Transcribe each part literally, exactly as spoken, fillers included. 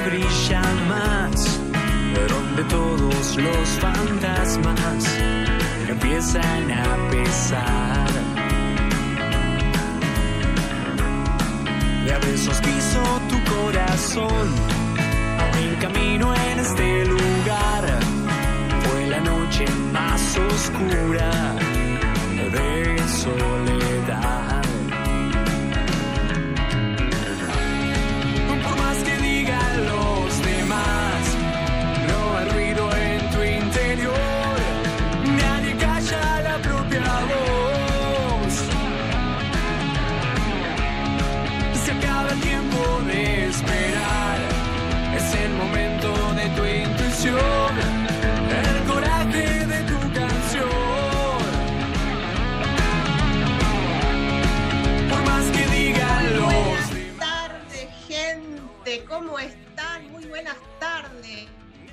brilla más, donde todos los fantasmas empiezan a pesar. De a besos quiso tu corazón, el camino en este lugar fue la noche más oscura de soledad. Por más que digan los demás, no hay ruido en tu interior, nadie calla la propia voz. Se acaba el tiempo de esperar, es el momento de tu intuición, el coraje de tu canción. Por más que digan los demás. Buenas tardes, gente. ¿Cómo están? Muy buenas tardes.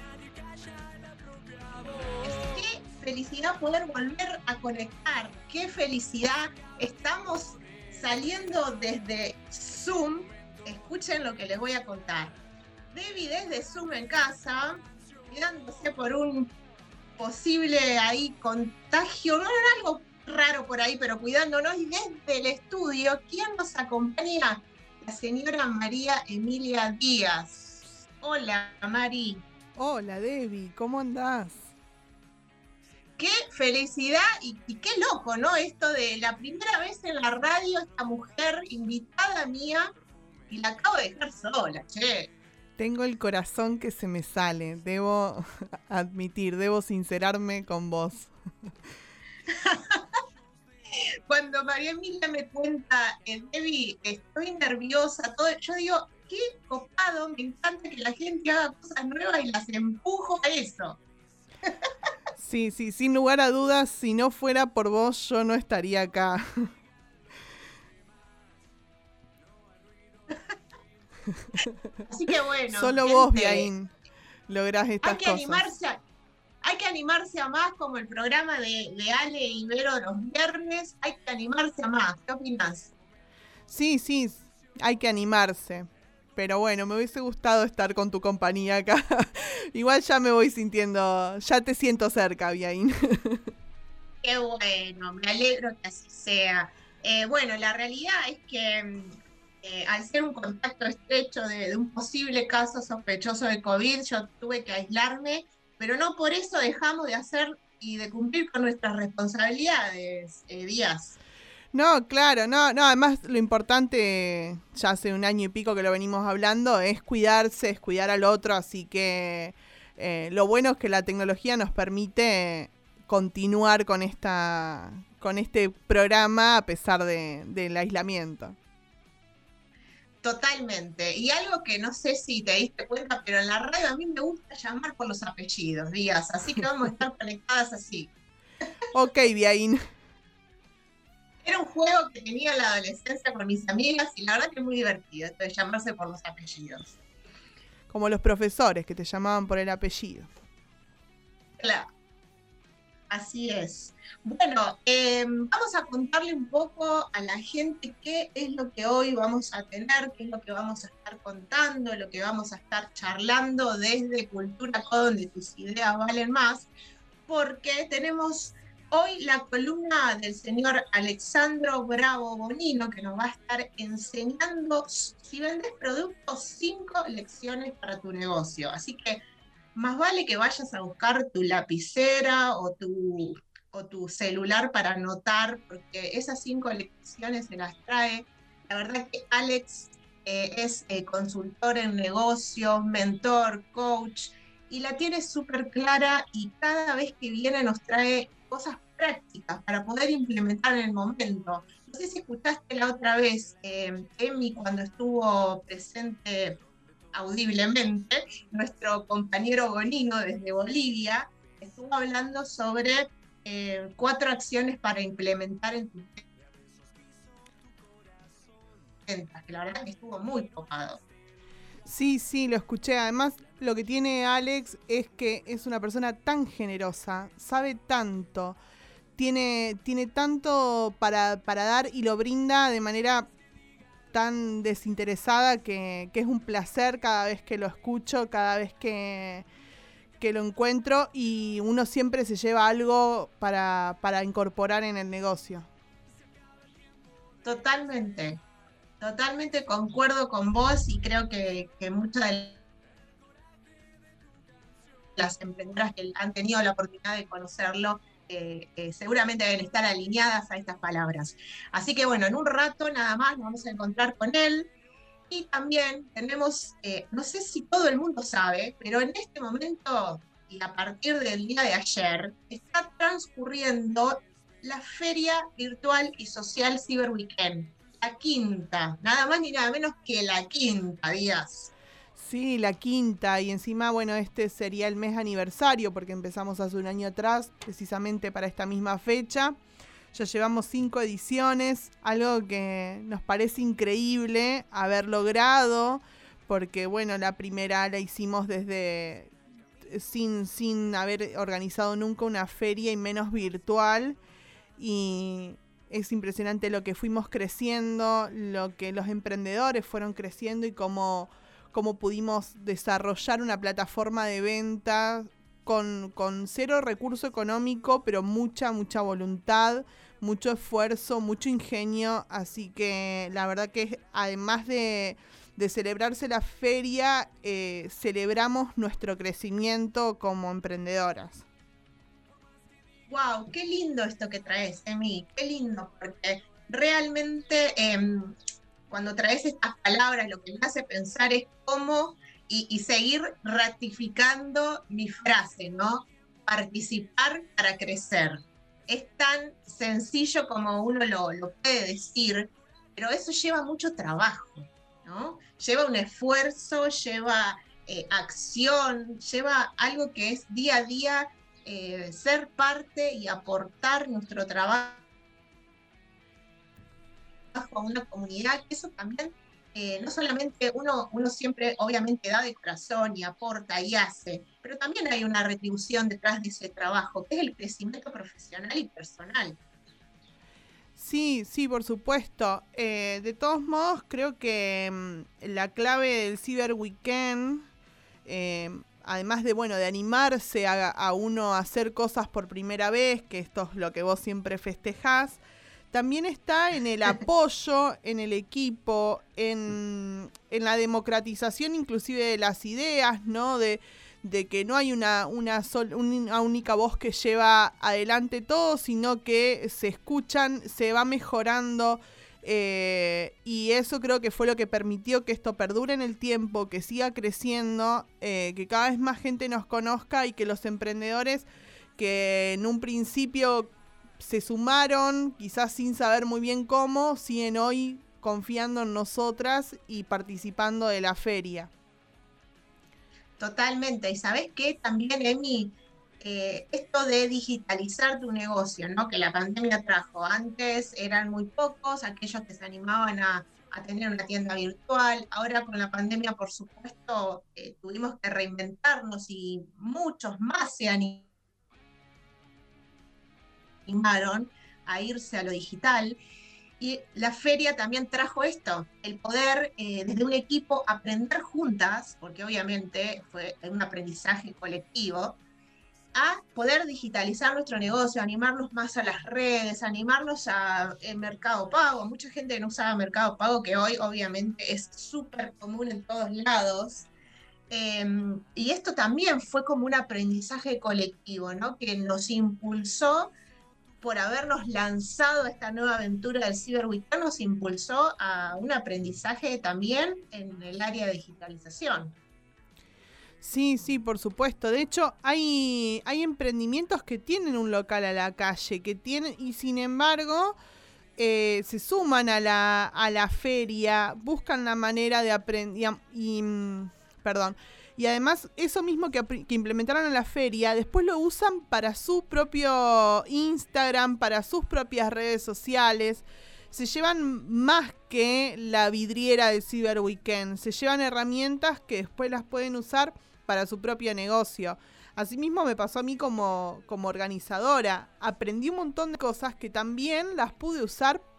Qué felicidad poder volver a conectar. Qué felicidad. Estamos saliendo desde Zoom. Escuchen lo que les voy a contar. Debbie desde Zoom en casa, cuidándose por un posible ahí contagio, no era algo raro por ahí, pero cuidándonos. Y desde el estudio, ¿quién nos acompaña? La señora María Emilia Díaz. Hola, Mari. Hola, Debbie, ¿cómo andás? Qué felicidad y, y qué loco, ¿no? Esto de la primera vez en la radio, esta mujer invitada mía, y la acabo de dejar sola, che. Tengo el corazón que se me sale, debo admitir, debo sincerarme con vos. Cuando María Emilia me cuenta, eh, Debbie, estoy nerviosa, todo, yo digo, qué copado, me encanta que la gente haga cosas nuevas y las empujo a eso. Sí, sí, sin lugar a dudas, si no fuera por vos, yo no estaría acá. Así que bueno. Solo gente, vos, Biaín, lográs estas hay que cosas. Animarse a, hay que animarse a más, como el programa de, de Ale y Vero los viernes, hay que animarse a más. ¿Qué opinás? Sí, sí, hay que animarse. Pero bueno, me hubiese gustado estar con tu compañía acá. Igual ya me voy sintiendo, ya te siento cerca, Biaín. Qué bueno, me alegro que así sea. Eh, bueno, la realidad es que eh, al ser un contacto estrecho de, de un posible caso sospechoso de COVID, yo tuve que aislarme, pero no por eso dejamos de hacer y de cumplir con nuestras responsabilidades, eh, Díaz. No, claro, no, no, además lo importante, ya hace un año y pico que lo venimos hablando, es cuidarse, es cuidar al otro, así que eh, lo bueno es que la tecnología nos permite continuar con esta, con este programa a pesar de, del aislamiento. Totalmente. Y algo que no sé si te diste cuenta, pero en la radio a mí me gusta llamar por los apellidos, Díaz, así que vamos a estar conectadas así. Ok, Biaín. Era un juego que tenía en la adolescencia con mis amigas y la verdad que es muy divertido esto de llamarse por los apellidos. Como los profesores que te llamaban por el apellido. Claro, así es. Bueno, eh, vamos a contarle un poco a la gente qué es lo que hoy vamos a tener, qué es lo que vamos a estar contando, lo que vamos a estar charlando desde Cultura Co, donde tus ideas valen más, porque tenemos hoy la columna del señor Alexandro Bravo Bonino, que nos va a estar enseñando, si vendes productos, cinco lecciones para tu negocio. Así que más vale que vayas a buscar tu lapicera o tu, o tu celular para anotar, porque esas cinco lecciones se las trae. La verdad que Alex eh, es eh, consultor en negocios, mentor, coach, y la tiene súper clara y cada vez que viene nos trae cosas prácticas para poder implementar en el momento. No sé si escuchaste la otra vez, eh, Emi, cuando estuvo presente audiblemente, nuestro compañero Bonino desde Bolivia, estuvo hablando sobre eh, cuatro acciones para implementar en tus ventas, que la verdad que estuvo muy copado. Sí, sí, lo escuché. Además, lo que tiene Alex es que es una persona tan generosa, sabe tanto, tiene, tiene tanto para, para dar y lo brinda de manera tan desinteresada que, que es un placer cada vez que lo escucho, cada vez que, que lo encuentro, y uno siempre se lleva algo para, para incorporar en el negocio. Totalmente, totalmente concuerdo con vos, y creo que, que muchas de las emprendedoras que han tenido la oportunidad de conocerlo Eh, eh, seguramente deben estar alineadas a estas palabras. Así que bueno, en un rato nada más nos vamos a encontrar con él, y también tenemos, eh, no sé si todo el mundo sabe, pero en este momento y a partir del día de ayer está transcurriendo la Feria Virtual y Social Cyber Weekend, la quinta, nada más ni nada menos que la quinta, Díaz. Sí, la quinta, y encima, bueno, este sería el mes aniversario, porque empezamos hace un año atrás, precisamente para esta misma fecha. Ya llevamos cinco ediciones, algo que nos parece increíble haber logrado, porque, bueno, la primera la hicimos desde, sin, sin haber organizado nunca una feria, y menos virtual, y es impresionante lo que fuimos creciendo, lo que los emprendedores fueron creciendo, y cómo... cómo pudimos desarrollar una plataforma de venta con, con cero recurso económico, pero mucha, mucha voluntad, mucho esfuerzo, mucho ingenio. Así que la verdad que además de, de celebrarse la feria, eh, celebramos nuestro crecimiento como emprendedoras. Wow, qué lindo esto que traes, Emi, qué lindo, porque realmente... Eh, cuando traes estas palabras, lo que me hace pensar es cómo, y, y seguir ratificando mi frase, ¿no? Participar para crecer. Es tan sencillo como uno lo, lo puede decir, pero eso lleva mucho trabajo, ¿no? Lleva un esfuerzo, lleva eh, acción, lleva algo que es día a día eh, ser parte y aportar nuestro trabajo a una comunidad, que eso también, eh, no solamente uno, uno siempre obviamente da de corazón y aporta y hace, pero también hay una retribución detrás de ese trabajo, que es el crecimiento profesional y personal. Sí, sí, por supuesto. Eh, de todos modos, creo que mmm, la clave del Cyber Weekend, eh, además de, bueno, de animarse a, a uno a hacer cosas por primera vez, que esto es lo que vos siempre festejás, también está en el apoyo, en el equipo, en, en la democratización inclusive de las ideas, ¿no? De, de que no hay una, una, sol, una única voz que lleva adelante todo, sino que se escuchan, se va mejorando, eh, y eso creo que fue lo que permitió que esto perdure en el tiempo, que siga creciendo, eh, que cada vez más gente nos conozca, y que los emprendedores que en un principio se sumaron, quizás sin saber muy bien cómo, siguen hoy confiando en nosotras y participando de la feria. Totalmente. Y sabes qué, también, Emi, eh, esto de digitalizar tu negocio, ¿no? Que la pandemia trajo. Antes eran muy pocos aquellos que se animaban a, a tener una tienda virtual. Ahora con la pandemia, por supuesto, eh, tuvimos que reinventarnos, y muchos más se animaron a irse a lo digital. Y la feria también trajo esto, el poder eh, desde un equipo aprender juntas, porque obviamente fue un aprendizaje colectivo, a poder digitalizar nuestro negocio, animarnos más a las redes, animarnos a eh, Mercado Pago. Mucha gente no usaba Mercado Pago, que hoy obviamente es súper común en todos lados. Eh, y esto también fue como un aprendizaje colectivo, ¿no? Que nos impulsó, por habernos lanzado a esta nueva aventura del Cyber Weekend, nos impulsó a un aprendizaje también en el área de digitalización. Sí, sí, por supuesto. De hecho, hay, hay emprendimientos que tienen un local a la calle, que tienen, y sin embargo, eh, se suman a la, a la feria, buscan la manera de aprender y, y, perdón, y además eso mismo que, que implementaron en la feria, después lo usan para su propio Instagram, para sus propias redes sociales. Se llevan más que la vidriera del Cyber Weekend, se llevan herramientas que después las pueden usar para su propio negocio. Asimismo me pasó a mí como, como organizadora. Aprendí un montón de cosas que también las pude usar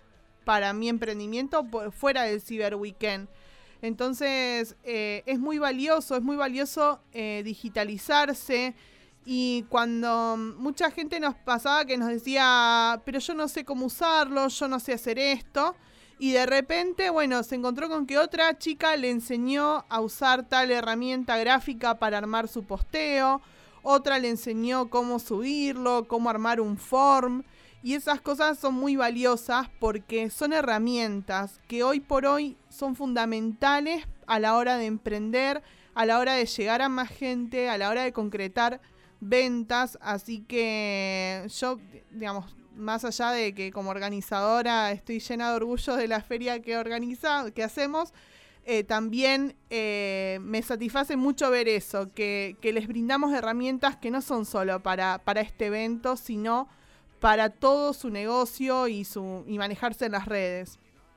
para mi emprendimiento fuera del Cyber Weekend. Entonces, eh, es muy valioso, es muy valioso eh, digitalizarse. Y cuando mucha gente nos pasaba que nos decía, pero yo no sé cómo usarlo, yo no sé hacer esto. Y de repente, bueno, se encontró con que otra chica le enseñó a usar tal herramienta gráfica para armar su posteo. Otra le enseñó cómo subirlo, cómo armar un form. Y esas cosas son muy valiosas porque son herramientas que hoy por hoy son fundamentales a la hora de emprender, a la hora de llegar a más gente, a la hora de concretar ventas. Así que yo, digamos, más allá de que como organizadora estoy llena de orgullo de la feria que organiza, que hacemos, eh, también eh, me satisface mucho ver eso, que, que les brindamos herramientas que no son solo para, para este evento, sino para todo su negocio y, su, y manejarse en las redes.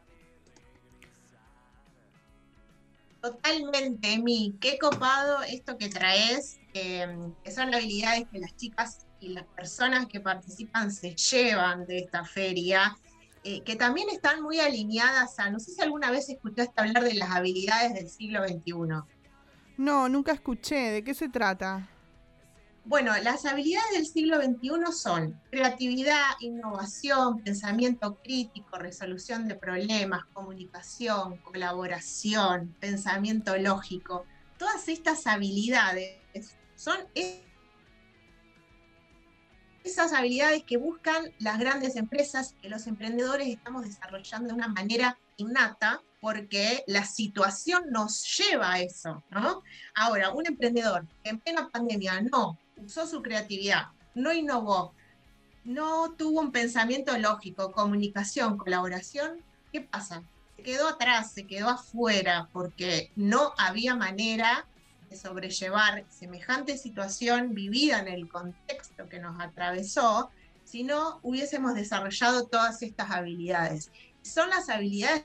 Totalmente, Emi. Qué copado esto que traes, eh, que son habilidades que las chicas y las personas que participan se llevan de esta feria, eh, que también están muy alineadas a, no sé si alguna vez escuchaste hablar de las habilidades del siglo veintiuno. No, nunca escuché. ¿De qué se trata? Bueno, las habilidades del siglo veintiuno son creatividad, innovación, pensamiento crítico, resolución de problemas, comunicación, colaboración, pensamiento lógico. Todas estas habilidades son esas habilidades que buscan las grandes empresas, que los emprendedores estamos desarrollando de una manera innata, porque la situación nos lleva a eso, ¿no? Ahora, un emprendedor que en plena pandemia no usó su creatividad, no innovó, no tuvo un pensamiento lógico, comunicación, colaboración, ¿qué pasa? Se quedó atrás, se quedó afuera, porque no había manera de sobrellevar semejante situación vivida en el contexto que nos atravesó, si no hubiésemos desarrollado todas estas habilidades. Son las habilidades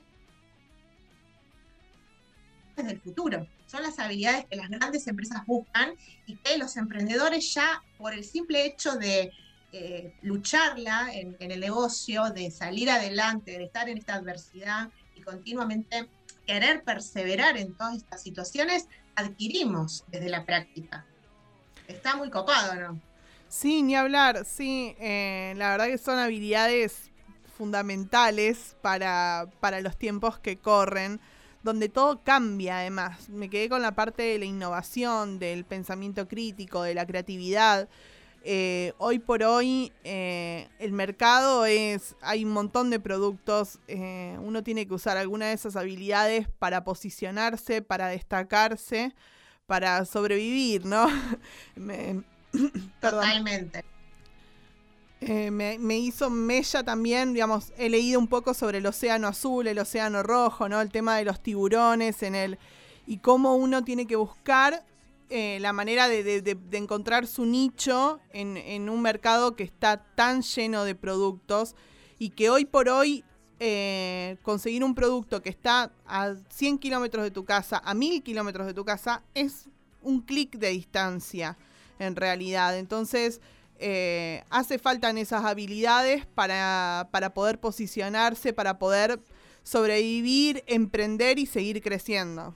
del futuro, son las habilidades que las grandes empresas buscan y que los emprendedores ya, por el simple hecho de eh, lucharla en, en el negocio, de salir adelante, de estar en esta adversidad y continuamente querer perseverar en todas estas situaciones, adquirimos desde la práctica. Está muy copado, ¿no? Sí, ni hablar, sí, eh, la verdad que son habilidades fundamentales para, para los tiempos que corren, donde todo cambia además. Me quedé con la parte de la innovación, del pensamiento crítico, de la creatividad. Eh, hoy por hoy eh, el mercado es, hay un montón de productos, eh, uno tiene que usar alguna de esas habilidades para posicionarse, para destacarse, para sobrevivir, ¿no? me, Totalmente. Eh, me, me hizo mella también, digamos, he leído un poco sobre el océano azul, el océano rojo, ¿no? El tema de los tiburones en el y cómo uno tiene que buscar eh, la manera de, de, de, de encontrar su nicho en, en un mercado que está tan lleno de productos y que hoy por hoy eh, conseguir un producto que está a cien kilómetros de tu casa, a mil kilómetros de tu casa, es un clic de distancia en realidad. Entonces Eh, hace falta esas habilidades para, para poder posicionarse, para poder sobrevivir, emprender y seguir creciendo.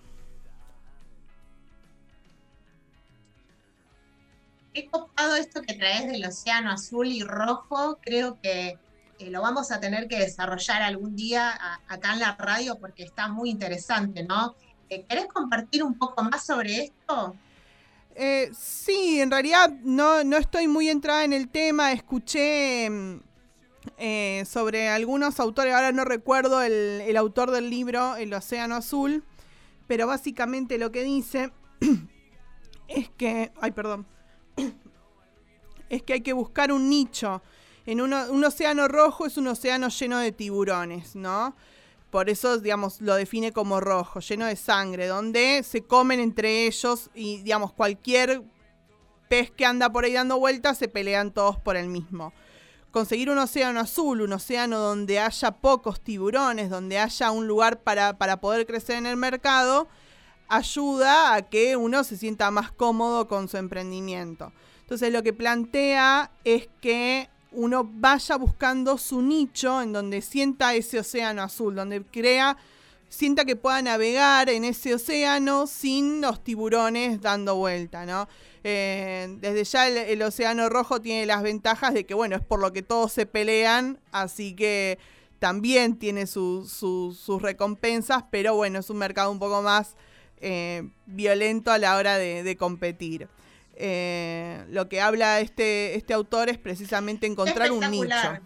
Qué copado esto que traes del océano azul y rojo. Creo que eh, lo vamos a tener que desarrollar algún día a, acá en la radio porque está muy interesante, ¿no? Eh, ¿Querés compartir un poco más sobre esto? Eh, sí, en realidad no, no estoy muy entrada en el tema. Escuché eh, sobre algunos autores, ahora no recuerdo el, el autor del libro El Océano Azul, pero básicamente lo que dice es que, ay, perdón, es que hay que buscar un nicho. En uno, un océano rojo es un océano lleno de tiburones, ¿no? Por eso, digamos, lo define como rojo, lleno de sangre, donde se comen entre ellos y, digamos, cualquier pez que anda por ahí dando vueltas se pelean todos por el mismo. Conseguir un océano azul, un océano donde haya pocos tiburones, donde haya un lugar para, para poder crecer en el mercado, ayuda a que uno se sienta más cómodo con su emprendimiento. Entonces, lo que plantea es que uno vaya buscando su nicho en donde sienta ese océano azul, donde crea, sienta que pueda navegar en ese océano sin los tiburones dando vuelta, ¿no? Eh, desde ya el, el océano rojo tiene las ventajas de que, bueno, es por lo que todos se pelean, así que también tiene su, su, sus recompensas, pero bueno, es un mercado un poco más eh, violento a la hora de, de competir. Eh, lo que habla este, este autor es precisamente encontrar un nicho.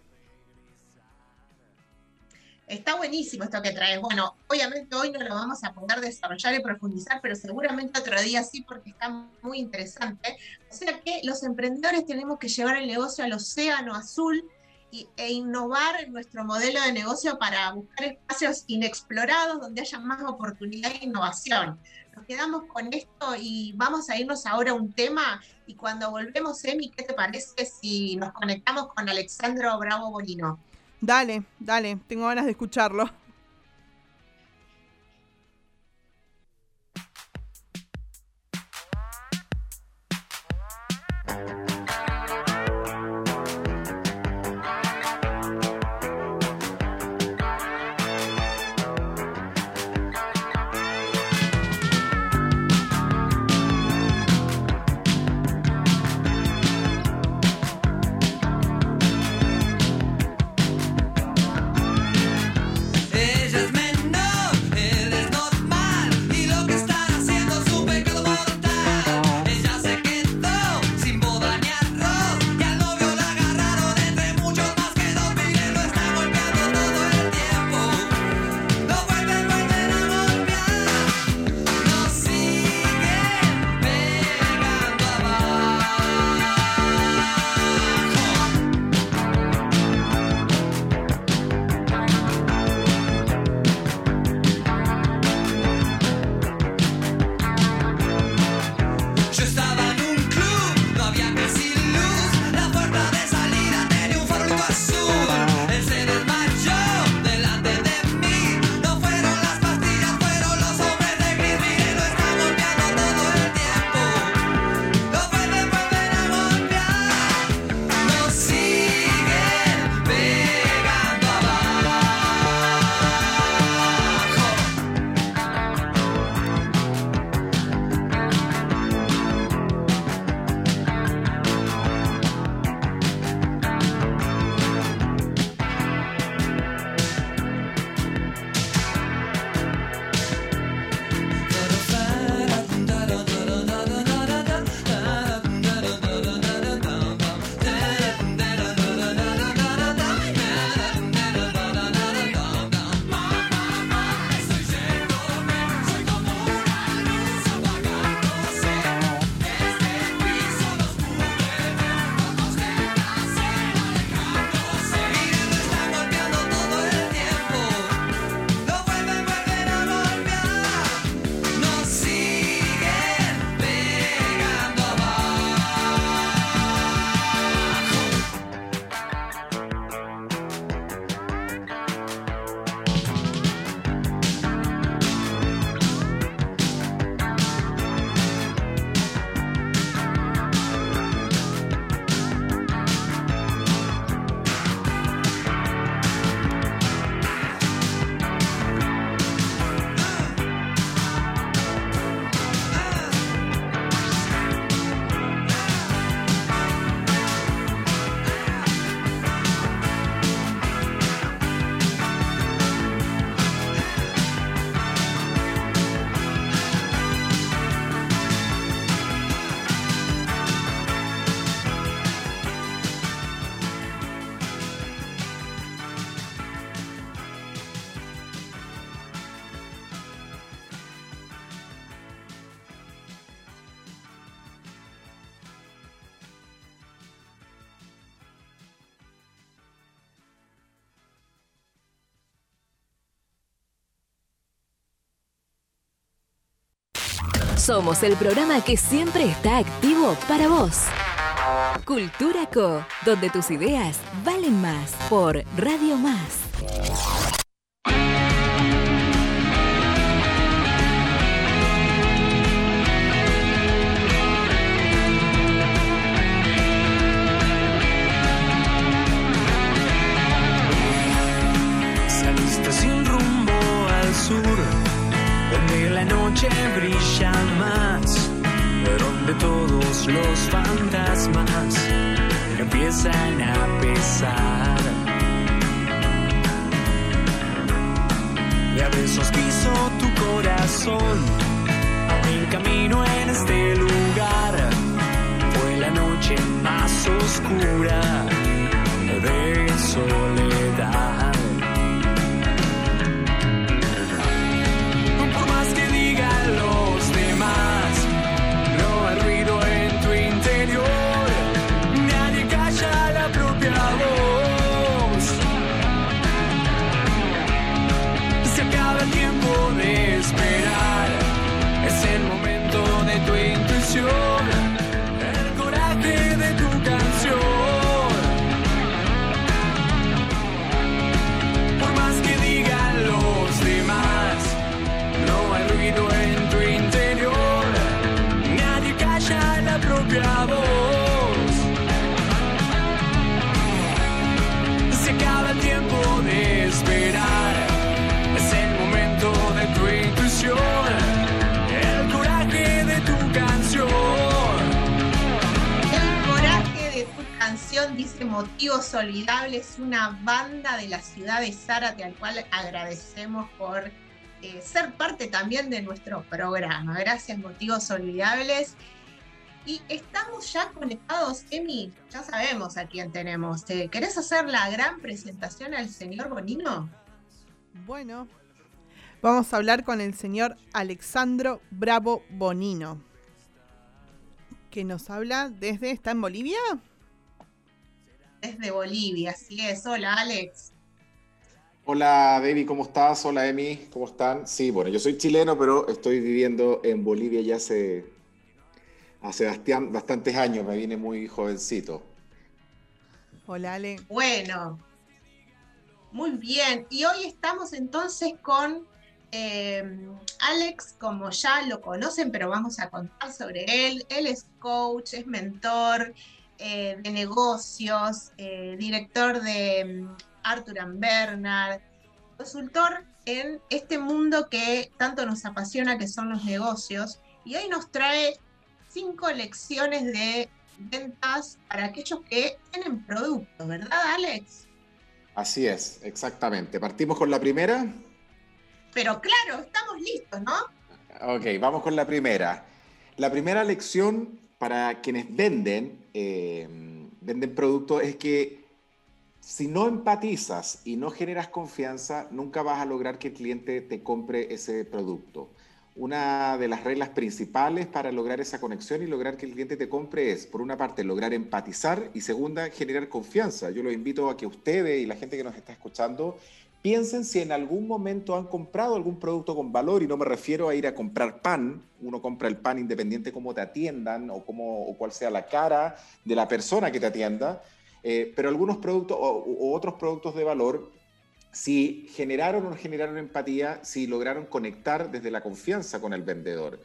Está buenísimo esto que traes. Bueno, obviamente hoy no lo vamos a poder desarrollar y profundizar, pero seguramente otro día sí, porque está muy interesante. O sea que los emprendedores tenemos que llevar el negocio al océano azul y, e innovar nuestro modelo de negocio para buscar espacios inexplorados donde haya más oportunidad e innovación. Nos quedamos con esto y vamos a irnos ahora a un tema, y cuando volvemos, Emi, ¿qué te parece si nos conectamos con Alexandro Bravo Bonino? Dale, dale, tengo ganas de escucharlo. Somos el programa que siempre está activo para vos. Cultura Co, donde tus ideas valen más, por Radio Más. noche brilla más, donde todos los fantasmas empiezan a pesar. Y a besos quiso tu corazón, en camino en este lugar. Fue la noche más oscura de soledad. Por más que digan los demás, no hay ruido en tu interior. Nadie calla la propia voz. Se acaba el tiempo de esperar. Es el momento de tu intuición, el coraje de tu canción. Por más que digan los demás, no hay ruido en tu interior. Nadie calla la propia voz. Se acaba el tiempo de esperar. Es el momento de tu intuición, el coraje de tu canción. El coraje de tu canción, dice Motivos Olvidables, una banda de la ciudad de Zárate, al cual agradecemos por eh, ser parte también de nuestro programa. Gracias, Motivos Olvidables. Y estamos ya conectados, Emi, ya sabemos a quién tenemos. ¿Te ¿Querés hacer la gran presentación al señor Bonino? Bueno, vamos a hablar con el señor Alexandro Bravo Bonino, que nos habla desde... ¿Está en Bolivia? Desde Bolivia, así es. Hola, Alex. Hola, Debbie, ¿cómo estás? Hola, Emi, ¿cómo están? Sí, bueno, yo soy chileno, pero estoy viviendo en Bolivia ya hace, hace bastian- bastantes años. Me vine muy jovencito. Hola, Ale. Bueno, muy bien. Y hoy estamos entonces con eh, Alex, como ya lo conocen, pero vamos a contar sobre él. Él es coach, es mentor eh, de negocios, eh, director de um, Arthur and Bernard, consultor en este mundo que tanto nos apasiona, que son los negocios. Y hoy nos trae cinco lecciones de ventas para aquellos que tienen productos, ¿verdad, Alex? Así es, exactamente. Partimos con la primera. Pero claro, estamos listos, ¿no? Ok, vamos con la primera. La primera lección para quienes venden, eh, venden productos es que si no empatizas y no generas confianza, nunca vas a lograr que el cliente te compre ese producto. Una de las reglas principales para lograr esa conexión y lograr que el cliente te compre es, por una parte, lograr empatizar y segunda, generar confianza. Yo los invito a que ustedes y la gente que nos está escuchando piensen si en algún momento han comprado algún producto con valor, y no me refiero a ir a comprar pan. Uno compra el pan independiente cómo te atiendan o, cómo, o cuál sea la cara de la persona que te atienda, eh, pero algunos productos o, o otros productos de valor, si generaron o no generaron empatía, si lograron conectar desde la confianza con el vendedor.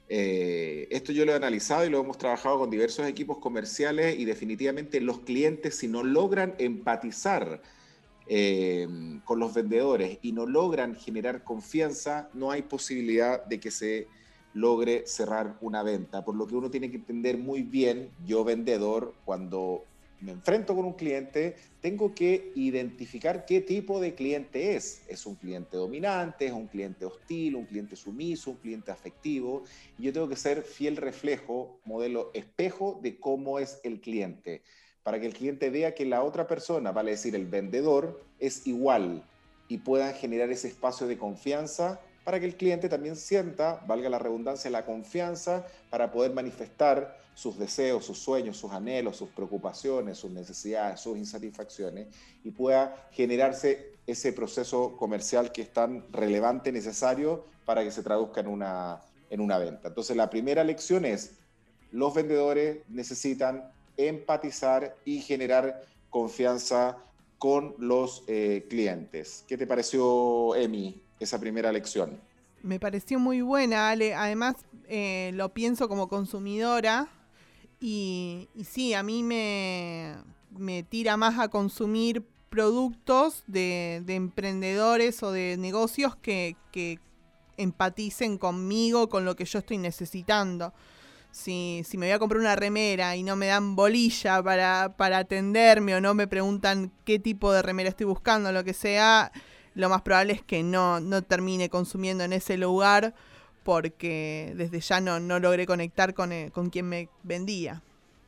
Eh, esto yo lo he analizado y lo hemos trabajado con diversos equipos comerciales, y definitivamente los clientes, si no logran empatizar eh, con los vendedores y no logran generar confianza, no hay posibilidad de que se logre cerrar una venta. Por lo que uno tiene que entender muy bien, yo vendedor, cuando me enfrento con un cliente, tengo que identificar qué tipo de cliente es. ¿Es un cliente dominante? ¿Es un cliente hostil? ¿Un cliente sumiso? ¿Un cliente afectivo? Y yo tengo que ser fiel reflejo, modelo espejo de cómo es el cliente, para que el cliente vea que la otra persona, vale decir el vendedor, es igual, y puedan generar ese espacio de confianza para que el cliente también sienta, valga la redundancia, la confianza para poder manifestar sus deseos, sus sueños, sus anhelos, sus preocupaciones, sus necesidades, sus insatisfacciones, y pueda generarse ese proceso comercial que es tan relevante, necesario para que se traduzca en una, en una venta. Entonces, la primera lección es: los vendedores necesitan empatizar y generar confianza con los eh, clientes. ¿Qué te pareció, Emi, esa primera lección? Me pareció muy buena, Ale. Además, eh, lo pienso como consumidora y, y sí, a mí me, me tira más a consumir productos de, de emprendedores o de negocios que, que empaticen conmigo, con lo que yo estoy necesitando. Si, si me voy a comprar una remera y no me dan bolilla para, para atenderme o no me preguntan qué tipo de remera estoy buscando, lo que sea, lo más probable es que no, no termine consumiendo en ese lugar porque desde ya no, no logré conectar con, eh, con quien me vendía.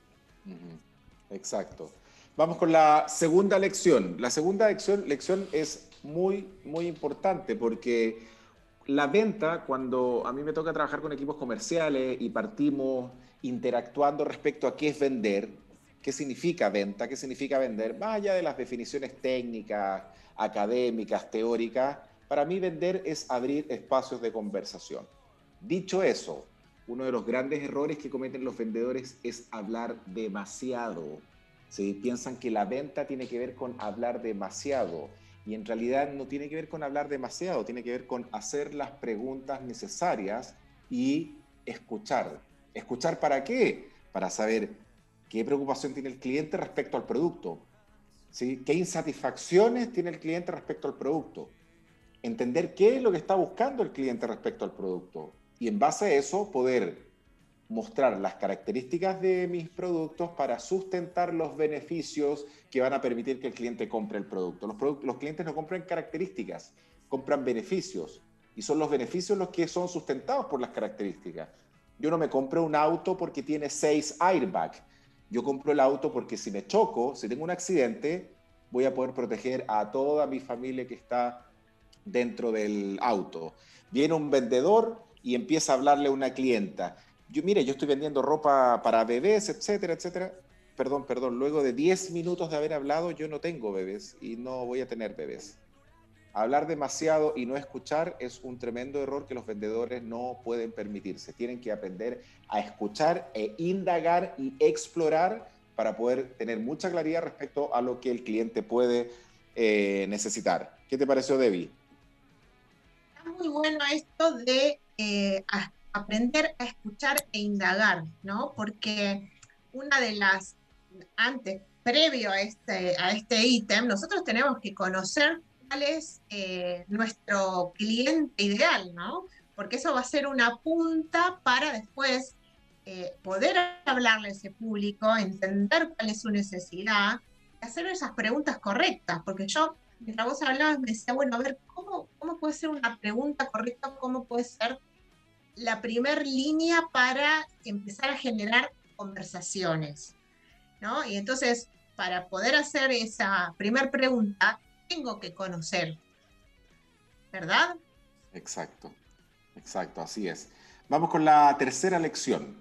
Exacto. Vamos con la segunda lección. La segunda lección, lección es muy, muy importante porque la venta, cuando a mí me toca trabajar con equipos comerciales y partimos interactuando respecto a qué es vender, qué significa venta, qué significa vender, más allá de las definiciones técnicas, académicas, teóricas, para mí vender es abrir espacios de conversación. Dicho eso, uno de los grandes errores que cometen los vendedores es hablar demasiado. ¿Sí? Piensan que la venta tiene que ver con hablar demasiado. Y en realidad no tiene que ver con hablar demasiado, tiene que ver con hacer las preguntas necesarias y escuchar. ¿Escuchar para qué? Para saber qué preocupación tiene el cliente respecto al producto, ¿sí? ¿Qué insatisfacciones tiene el cliente respecto al producto? Entender qué es lo que está buscando el cliente respecto al producto. Y en base a eso poder mostrar las características de mis productos para sustentar los beneficios que van a permitir que el cliente compre el producto. Los, produ- los clientes no compran características, compran beneficios. Y son los beneficios los que son sustentados por las características. Yo no me compro un auto porque tiene seis airbags. Yo compro el auto porque si me choco, si tengo un accidente, voy a poder proteger a toda mi familia que está dentro del auto. Viene un vendedor y empieza a hablarle a una clienta. Yo, mire, yo estoy vendiendo ropa para bebés, etcétera, etcétera. Perdón, perdón, luego de diez minutos de haber hablado, yo no tengo bebés y no voy a tener bebés. Hablar demasiado y no escuchar es un tremendo error que los vendedores no pueden permitirse. Tienen que aprender a escuchar e indagar y explorar para poder tener mucha claridad respecto a lo que el cliente puede eh, necesitar. ¿Qué te pareció, Debbie? Está muy bueno esto de eh, a- aprender a escuchar e indagar, ¿no? Porque una de las, antes, previo a este, a este ítem, nosotros tenemos que conocer cuál es eh, nuestro cliente ideal, ¿no? Porque eso va a ser una punta para después eh, poder hablarle a ese público, entender cuál es su necesidad, hacer esas preguntas correctas, porque yo, mientras vos hablabas, me decía, bueno, a ver, ¿cómo, cómo puede ser una pregunta correcta? ¿Cómo puede ser la primer línea para empezar a generar conversaciones? ¿No? Y entonces, para poder hacer esa primer pregunta, tengo que conocer, ¿verdad? Exacto, exacto, así es. Vamos con la tercera lección.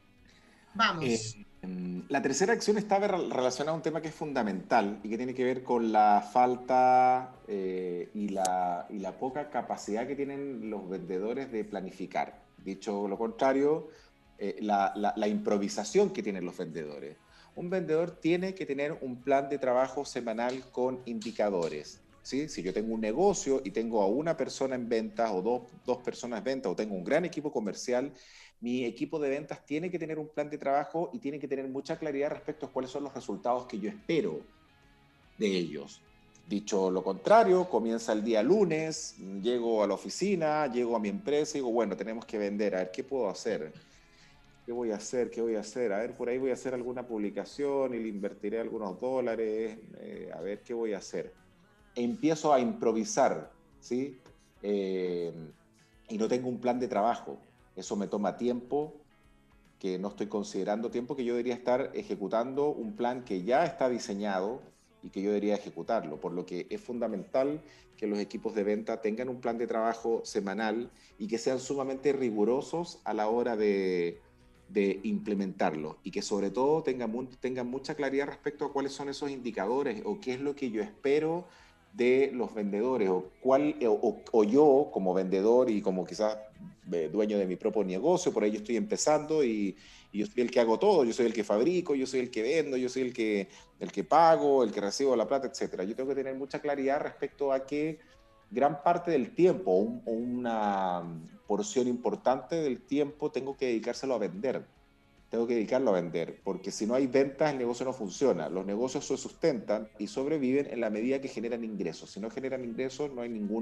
Vamos. Eh, la tercera acción está re- relacionada a un tema que es fundamental y que tiene que ver con la falta eh, y, la, y la poca capacidad que tienen los vendedores de planificar. Dicho lo contrario, eh, la, la, la improvisación que tienen los vendedores. Un vendedor tiene que tener un plan de trabajo semanal con indicadores. ¿Sí? Si yo tengo un negocio y tengo a una persona en ventas o dos, dos personas en ventas o tengo un gran equipo comercial, mi equipo de ventas tiene que tener un plan de trabajo y tiene que tener mucha claridad respecto a cuáles son los resultados que yo espero de ellos. Dicho lo contrario, comienza el día lunes, llego a la oficina, llego a mi empresa y digo, bueno, tenemos que vender, a ver, ¿qué puedo hacer? ¿Qué voy a hacer? ¿Qué voy a hacer? A ver, por ahí voy a hacer alguna publicación y le invertiré algunos dólares, eh, a ver, ¿qué voy a hacer? E empiezo a improvisar, ¿sí? Eh, y no tengo un plan de trabajo. Eso me toma tiempo, que no estoy considerando tiempo, que yo debería estar ejecutando un plan que ya está diseñado y que yo debería ejecutarlo. Por lo que es fundamental que los equipos de venta tengan un plan de trabajo semanal y que sean sumamente rigurosos a la hora de, de implementarlo y que sobre todo tengan, tengan mucha claridad respecto a cuáles son esos indicadores o qué es lo que yo espero de los vendedores o, cuál, o, o yo como vendedor y como quizás eh, dueño de mi propio negocio, por ahí yo estoy empezando y, y yo soy el que hago todo, yo soy el que fabrico, yo soy el que vendo, yo soy el que, el que pago, el que recibo la plata, etcétera. Yo tengo que tener mucha claridad respecto a que gran parte del tiempo, un, una porción importante del tiempo tengo que dedicárselo a vender. Tengo que dedicarlo a vender, porque si no hay ventas, el negocio no funciona. Los negocios se sustentan y sobreviven en la medida que generan ingresos. Si no generan ingresos, no hay ningún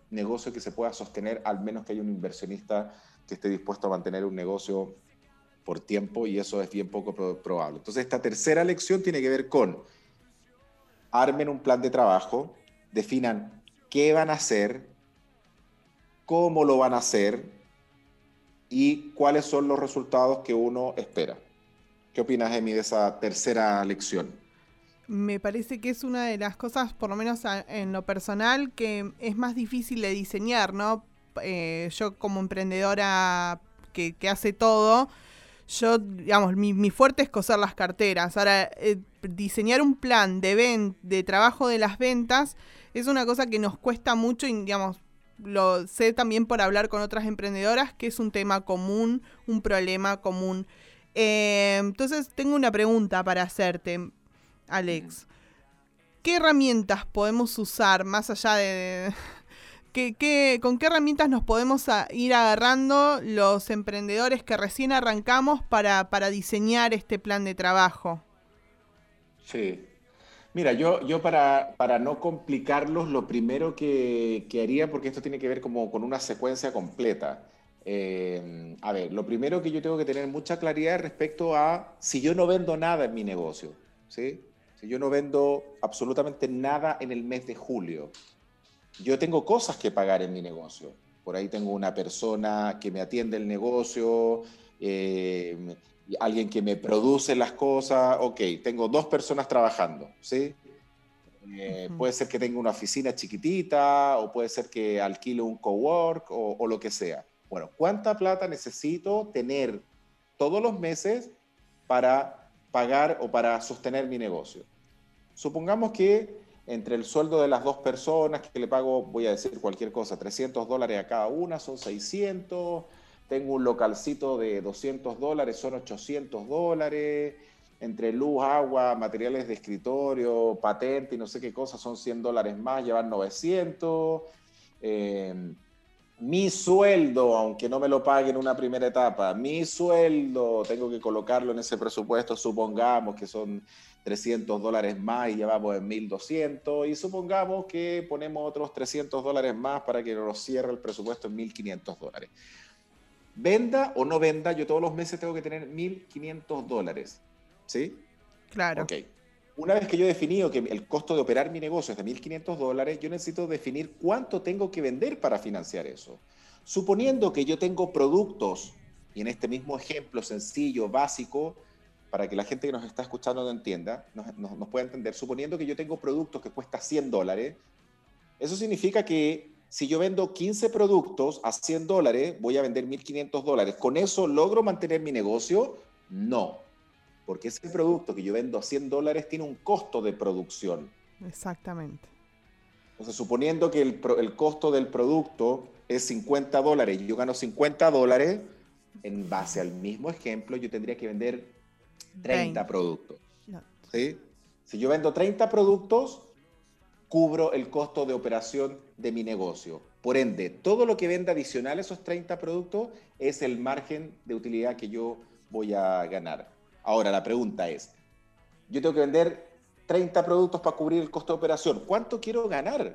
negocio que se pueda sostener, al menos que haya un inversionista que esté dispuesto a mantener un negocio por tiempo, y eso es bien poco pro- probable. Entonces, esta tercera lección tiene que ver con armen un plan de trabajo, definan qué van a hacer, cómo lo van a hacer y cuáles son los resultados que uno espera. ¿Qué opinas, Emi, de esa tercera lección? Me parece que es una de las cosas, por lo menos a- en lo personal, que es más difícil de diseñar, ¿no? Eh, yo como emprendedora que, que hace todo, yo, digamos, mi, mi fuerte es coser las carteras. Ahora, eh, diseñar un plan de, ven- de trabajo de las ventas es una cosa que nos cuesta mucho y, digamos, lo sé también por hablar con otras emprendedoras, que es un tema común, un problema común. Eh, entonces, tengo una pregunta para hacerte, Alex. ¿Qué herramientas podemos usar más allá de... ¿Qué, qué, ¿Con qué herramientas nos podemos a, ir agarrando los emprendedores que recién arrancamos para, para diseñar este plan de trabajo? Sí. Mira, yo, yo para, para no complicarlos, lo primero que, que haría, porque esto tiene que ver como con una secuencia completa. Eh, a ver, lo primero que yo tengo que tener mucha claridad respecto a si yo no vendo nada en mi negocio, ¿sí? Si yo no vendo absolutamente nada en el mes de julio, yo tengo cosas que pagar en mi negocio. Por ahí tengo una persona que me atiende el negocio, eh, y alguien que me produce las cosas. Ok, tengo dos personas trabajando, ¿sí? Eh, Ujú. puede ser que tenga una oficina chiquitita o puede ser que alquile un cowork o, o lo que sea. Bueno, ¿cuánta plata necesito tener todos los meses para pagar o para sostener mi negocio? Supongamos que entre el sueldo de las dos personas que le pago, voy a decir cualquier cosa, trescientos dólares a cada una, son seiscientos. Tengo un localcito de doscientos dólares, son ochocientos dólares. Entre luz, agua, materiales de escritorio, patente y no sé qué cosa, son cien dólares más, llevan novecientos. Eh, mi sueldo, aunque no me lo pague en una primera etapa, mi sueldo, tengo que colocarlo en ese presupuesto, supongamos que son trescientos dólares más y llevamos en mil doscientos, y supongamos que ponemos otros trescientos dólares más para que nos cierre el presupuesto en mil quinientos dólares. Venda o no venda, yo todos los meses tengo que tener mil quinientos dólares, ¿sí? Claro. Ok. Una vez que yo he definido que el costo de operar mi negocio es de mil quinientos dólares, yo necesito definir cuánto tengo que vender para financiar eso. Suponiendo que yo tengo productos, y en este mismo ejemplo sencillo, básico, para que la gente que nos está escuchando no entienda, nos, nos, nos pueda entender, suponiendo que yo tengo productos que cuestan cien dólares, eso significa que si yo vendo quince productos a cien dólares, voy a vender mil quinientos dólares. ¿Con eso logro mantener mi negocio? No, porque ese producto que yo vendo a cien dólares tiene un costo de producción. Exactamente. Entonces, suponiendo que el, el costo del producto es cincuenta dólares y yo gano cincuenta dólares, en base al mismo ejemplo, yo tendría que vender treinta veinte. productos. No. ¿Sí? Si yo vendo treinta productos, cubro el costo de operación de mi negocio. Por ende, todo lo que venda adicional a esos treinta productos es el margen de utilidad que yo voy a ganar. Ahora, la pregunta es, yo tengo que vender treinta productos para cubrir el costo de operación. ¿Cuánto quiero ganar?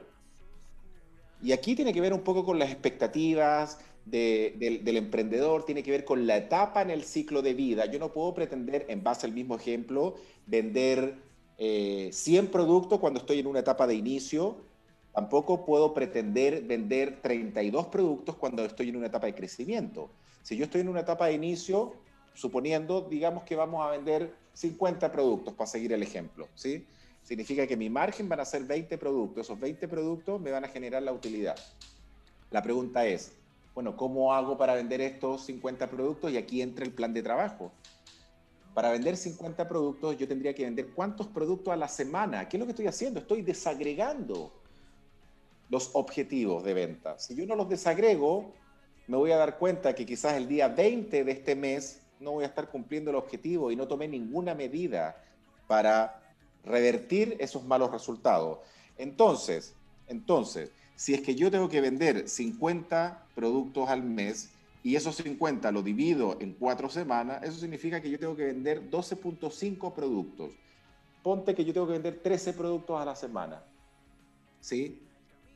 Y aquí tiene que ver un poco con las expectativas de, de, del emprendedor, tiene que ver con la etapa en el ciclo de vida. Yo no puedo pretender, en base al mismo ejemplo, vender eh, cien productos cuando estoy en una etapa de inicio. Tampoco puedo pretender vender treinta y dos productos cuando estoy en una etapa de crecimiento. Si yo estoy en una etapa de inicio, suponiendo, digamos que vamos a vender cincuenta productos, para seguir el ejemplo, ¿sí? Significa que mi margen van a ser veinte productos. Esos veinte productos me van a generar la utilidad. La pregunta es, bueno, ¿cómo hago para vender estos cincuenta productos? Y aquí entra el plan de trabajo. Para vender cincuenta productos, yo tendría que vender ¿cuántos productos a la semana? ¿Qué es lo que estoy haciendo? Estoy desagregando los objetivos de venta. Si yo no los desagrego, me voy a dar cuenta que quizás el día veinte de este mes no voy a estar cumpliendo el objetivo y no tomé ninguna medida para revertir esos malos resultados. Entonces, entonces, si es que yo tengo que vender cincuenta productos al mes y esos cincuenta lo divido en cuatro semanas, eso significa que yo tengo que vender doce punto cinco productos. Ponte que yo tengo que vender trece productos a la semana, ¿sí?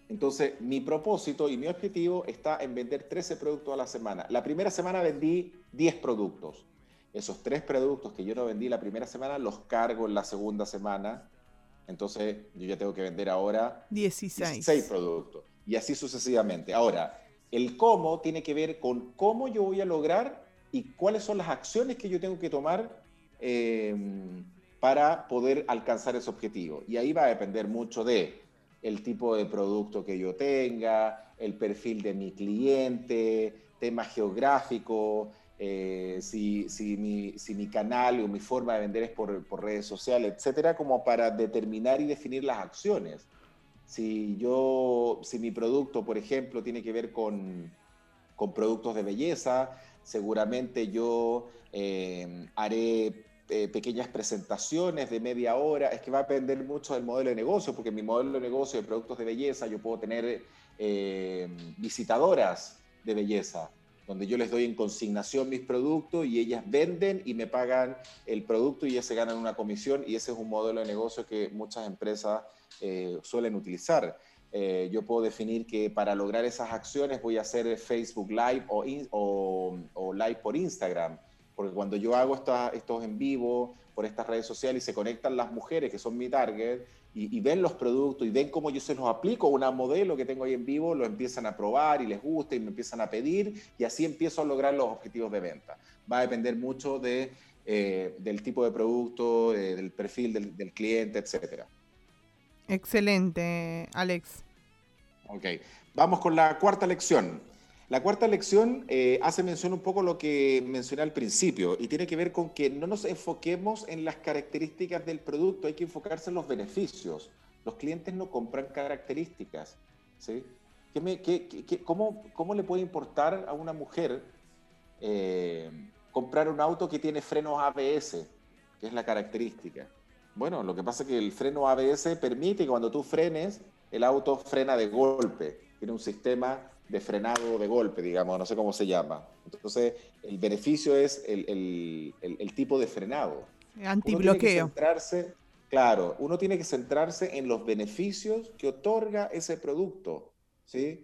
Entonces, mi propósito y mi objetivo está en vender trece productos a la semana. La primera semana vendí diez productos. Esos tres productos que yo no vendí la primera semana, los cargo en la segunda semana. Entonces, yo ya tengo que vender ahora dieciséis. dieciséis productos. Y así sucesivamente. Ahora, el cómo tiene que ver con cómo yo voy a lograr y cuáles son las acciones que yo tengo que tomar eh, para poder alcanzar ese objetivo. Y ahí va a depender mucho de el tipo de producto que yo tenga, el perfil de mi cliente, tema geográfico, eh, si, si, mi, si mi canal o mi forma de vender es por, por redes sociales, etcétera, como para determinar y definir las acciones. Si yo, si mi producto, por ejemplo, tiene que ver con, con productos de belleza, seguramente yo eh, haré Eh, pequeñas presentaciones de media hora. Es que va a depender mucho del modelo de negocio, porque en mi modelo de negocio de productos de belleza yo puedo tener eh, visitadoras de belleza, donde yo les doy en consignación mis productos y ellas venden y me pagan el producto y ellas se ganan una comisión, y ese es un modelo de negocio que muchas empresas eh, suelen utilizar. Eh, yo puedo definir que para lograr esas acciones voy a hacer Facebook Live o, in, o, o Live por Instagram, porque cuando yo hago esta, estos en vivo por estas redes sociales y se conectan las mujeres que son mi target y, y ven los productos y ven cómo yo se los aplico a una modelo que tengo ahí en vivo, lo empiezan a probar y les gusta y me empiezan a pedir, y así empiezo a lograr los objetivos de venta. Va a depender mucho de, eh, del tipo de producto, eh, del perfil del, del cliente, etcétera. Excelente, Alex. Ok, vamos con la cuarta lección. La cuarta lección eh, hace mención un poco a lo que mencioné al principio y tiene que ver con que no nos enfoquemos en las características del producto, hay que enfocarse en los beneficios. Los clientes no compran características, ¿sí? ¿Qué me, qué, qué, cómo, ¿Cómo le puede importar a una mujer eh, comprar un auto que tiene frenos A B S, que es la característica? Bueno, lo que pasa es que el freno A B S permite que cuando tú frenes, el auto frena de golpe, tiene un sistema de frenado de golpe, digamos, no sé cómo se llama. Entonces, el beneficio es el, el, el, el tipo de frenado. Antibloqueo. Uno tiene que centrarse, claro, uno tiene que centrarse en los beneficios que otorga ese producto, ¿sí?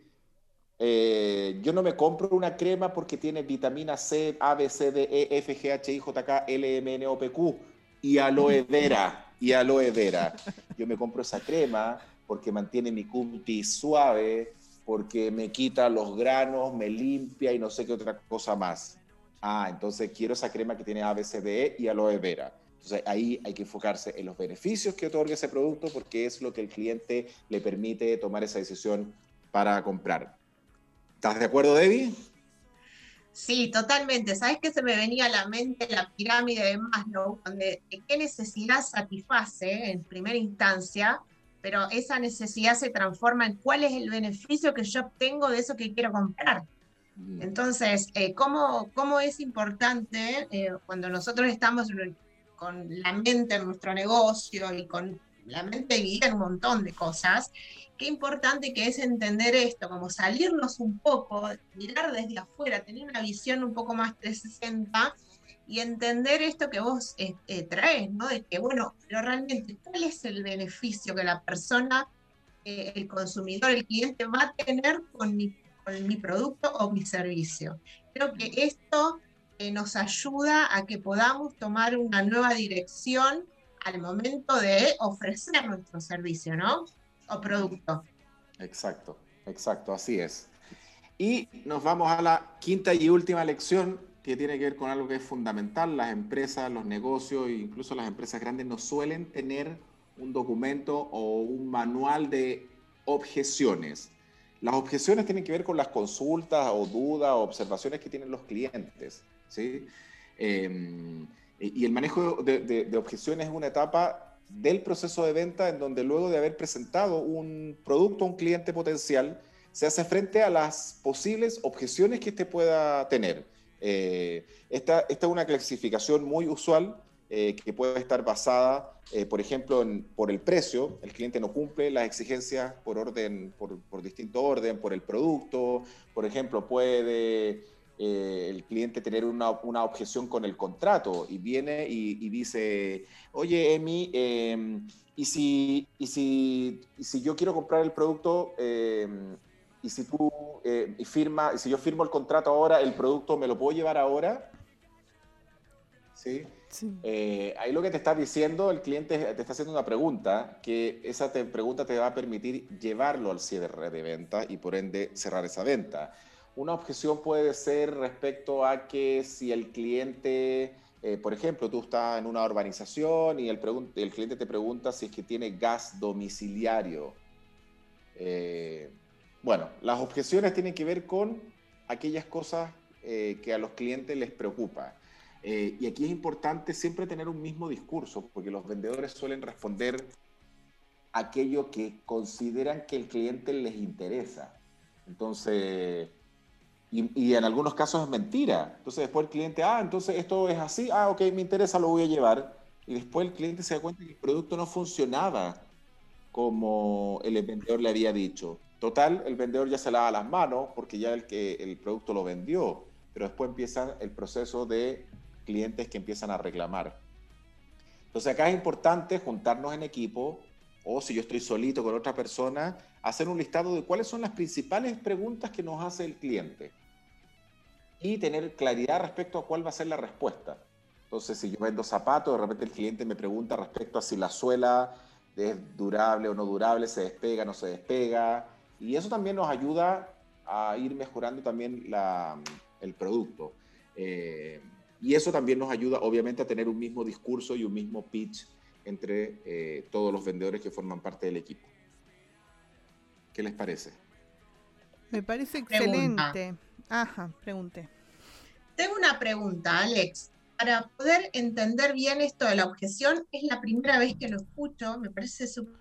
Eh, yo no me compro una crema porque tiene vitamina C, A, B, C, D, E, F, G, H, I, J, K, L, M, N, O, P, Q y aloe vera, y aloe vera. Yo me compro esa crema porque mantiene mi cutis suave, porque me quita los granos, me limpia y no sé qué otra cosa más. Ah, entonces quiero esa crema que tiene A, B, C, D, E y aloe vera. Entonces ahí hay que enfocarse en los beneficios que otorga ese producto, porque es lo que el cliente le permite tomar esa decisión para comprar. ¿Estás de acuerdo, Debbie? Sí, totalmente. ¿Sabes qué se me venía a la mente la pirámide de Maslow? Donde qué necesidad satisface en primera instancia, pero esa necesidad se transforma en cuál es el beneficio que yo obtengo de eso que quiero comprar. Entonces, eh, ¿cómo, cómo es importante eh, cuando nosotros estamos con la mente en nuestro negocio y con la mente dividida en un montón de cosas? Qué importante que es entender esto, como salirnos un poco, mirar desde afuera, tener una visión un poco más trescientos sesenta y entender esto que vos eh, eh, traes, ¿no? De que, bueno, pero realmente, ¿cuál es el beneficio que la persona, eh, el consumidor, el cliente va a tener con mi, con mi producto o mi servicio? Creo que esto eh, nos ayuda a que podamos tomar una nueva dirección al momento de ofrecer nuestro servicio, ¿no? O producto. Exacto, exacto, así es. Y nos vamos a la quinta y última lección, que tiene que ver con algo que es fundamental. Las empresas, los negocios e incluso las empresas grandes no suelen tener un documento o un manual de objeciones. Las objeciones tienen que ver con las consultas o dudas o observaciones que tienen los clientes, ¿sí? Eh, y el manejo de, de, de objeciones es una etapa del proceso de venta en donde luego de haber presentado un producto a un cliente potencial, se hace frente a las posibles objeciones que éste pueda tener. Eh, esta, esta es una clasificación muy usual eh, que puede estar basada, eh, por ejemplo, en, por el precio. El cliente no cumple las exigencias por orden, por, por distinto orden, por el producto. Por ejemplo, puede eh, el cliente tener una, una objeción con el contrato y viene y, y dice, oye, Emi, eh, ¿y, si, y, si, y si yo quiero comprar el producto eh, y si tú eh, y firma, y si yo firmo el contrato ahora, ¿el producto me lo puedo llevar ahora? ¿Sí? Sí. Eh, ahí lo que te está diciendo, el cliente te está haciendo una pregunta, que esa te, pregunta te va a permitir llevarlo al cierre de venta y por ende cerrar esa venta. Una objeción puede ser respecto a que si el cliente, eh, por ejemplo, tú estás en una urbanización y el, el cliente te pregunta si es que tiene gas domiciliario. Eh, bueno, las objeciones tienen que ver con aquellas cosas eh, que a los clientes les preocupa. Eh, y aquí es importante siempre tener un mismo discurso, porque los vendedores suelen responder aquello que consideran que el cliente les interesa. Entonces, y, y en algunos casos es mentira. Entonces después el cliente, ah, entonces esto es así, ah, ok, me interesa, lo voy a llevar. Y después el cliente se da cuenta que el producto no funcionaba como el vendedor le había dicho. Total, el vendedor ya se lava las manos porque ya el, que, el producto lo vendió, pero después empieza el proceso de clientes que empiezan a reclamar. Entonces acá es importante juntarnos en equipo o si yo estoy solito con otra persona, hacer un listado de cuáles son las principales preguntas que nos hace el cliente y tener claridad respecto a cuál va a ser la respuesta. Entonces, si yo vendo zapatos, de repente el cliente me pregunta respecto a si la suela es durable o no durable, se despega o no se despega, y eso también nos ayuda a ir mejorando también la, el producto. Eh, y eso también nos ayuda, obviamente, a tener un mismo discurso y un mismo pitch entre eh, todos los vendedores que forman parte del equipo. ¿Qué les parece? Me parece Pregunta. excelente. Ajá, pregunté. Tengo una pregunta, Alex. Para poder entender bien esto de la objeción, es la primera vez que lo escucho, me parece súper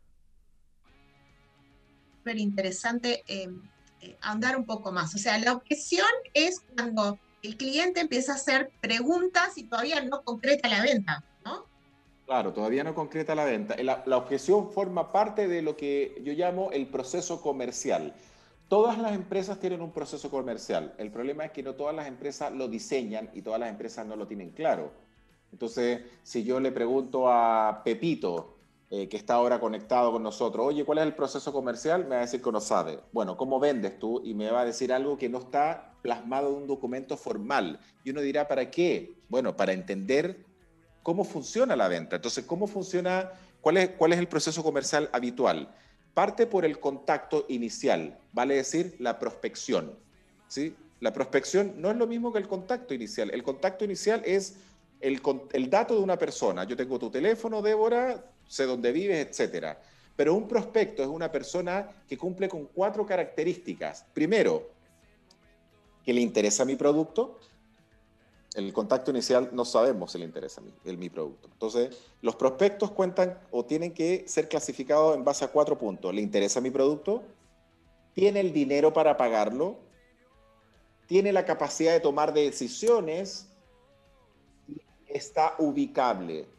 interesante eh, eh, ahondar un poco más. O sea, la objeción es cuando el cliente empieza a hacer preguntas y todavía no concreta la venta, ¿no? Claro, todavía no concreta la venta. La, la objeción forma parte de lo que yo llamo el proceso comercial. Todas las empresas tienen un proceso comercial. El problema es que no todas las empresas lo diseñan y todas las empresas no lo tienen claro. Entonces, si yo le pregunto a Pepito, eh, que está ahora conectado con nosotros, oye, ¿cuál es el proceso comercial? Me va a decir que no sabe. Bueno, ¿cómo vendes tú? Y me va a decir algo que no está plasmado en un documento formal. Y uno dirá, ¿para qué? Bueno, para entender cómo funciona la venta. Entonces, ¿cómo funciona? ¿Cuál es, cuál es el proceso comercial habitual? Parte por el contacto inicial, vale decir la prospección, ¿sí? La prospección no es lo mismo que el contacto inicial. El contacto inicial es el, el dato de una persona. Yo tengo tu teléfono, Débora, sé dónde vives, etcétera. Pero un prospecto es una persona que cumple con cuatro características. Primero, que le interesa mi producto. El contacto inicial no sabemos si le interesa a mí, el, mi producto. Entonces, los prospectos cuentan o tienen que ser clasificados en base a cuatro puntos. ¿Le interesa mi producto? ¿Tiene el dinero para pagarlo? ¿Tiene la capacidad de tomar decisiones? Y está ubicable.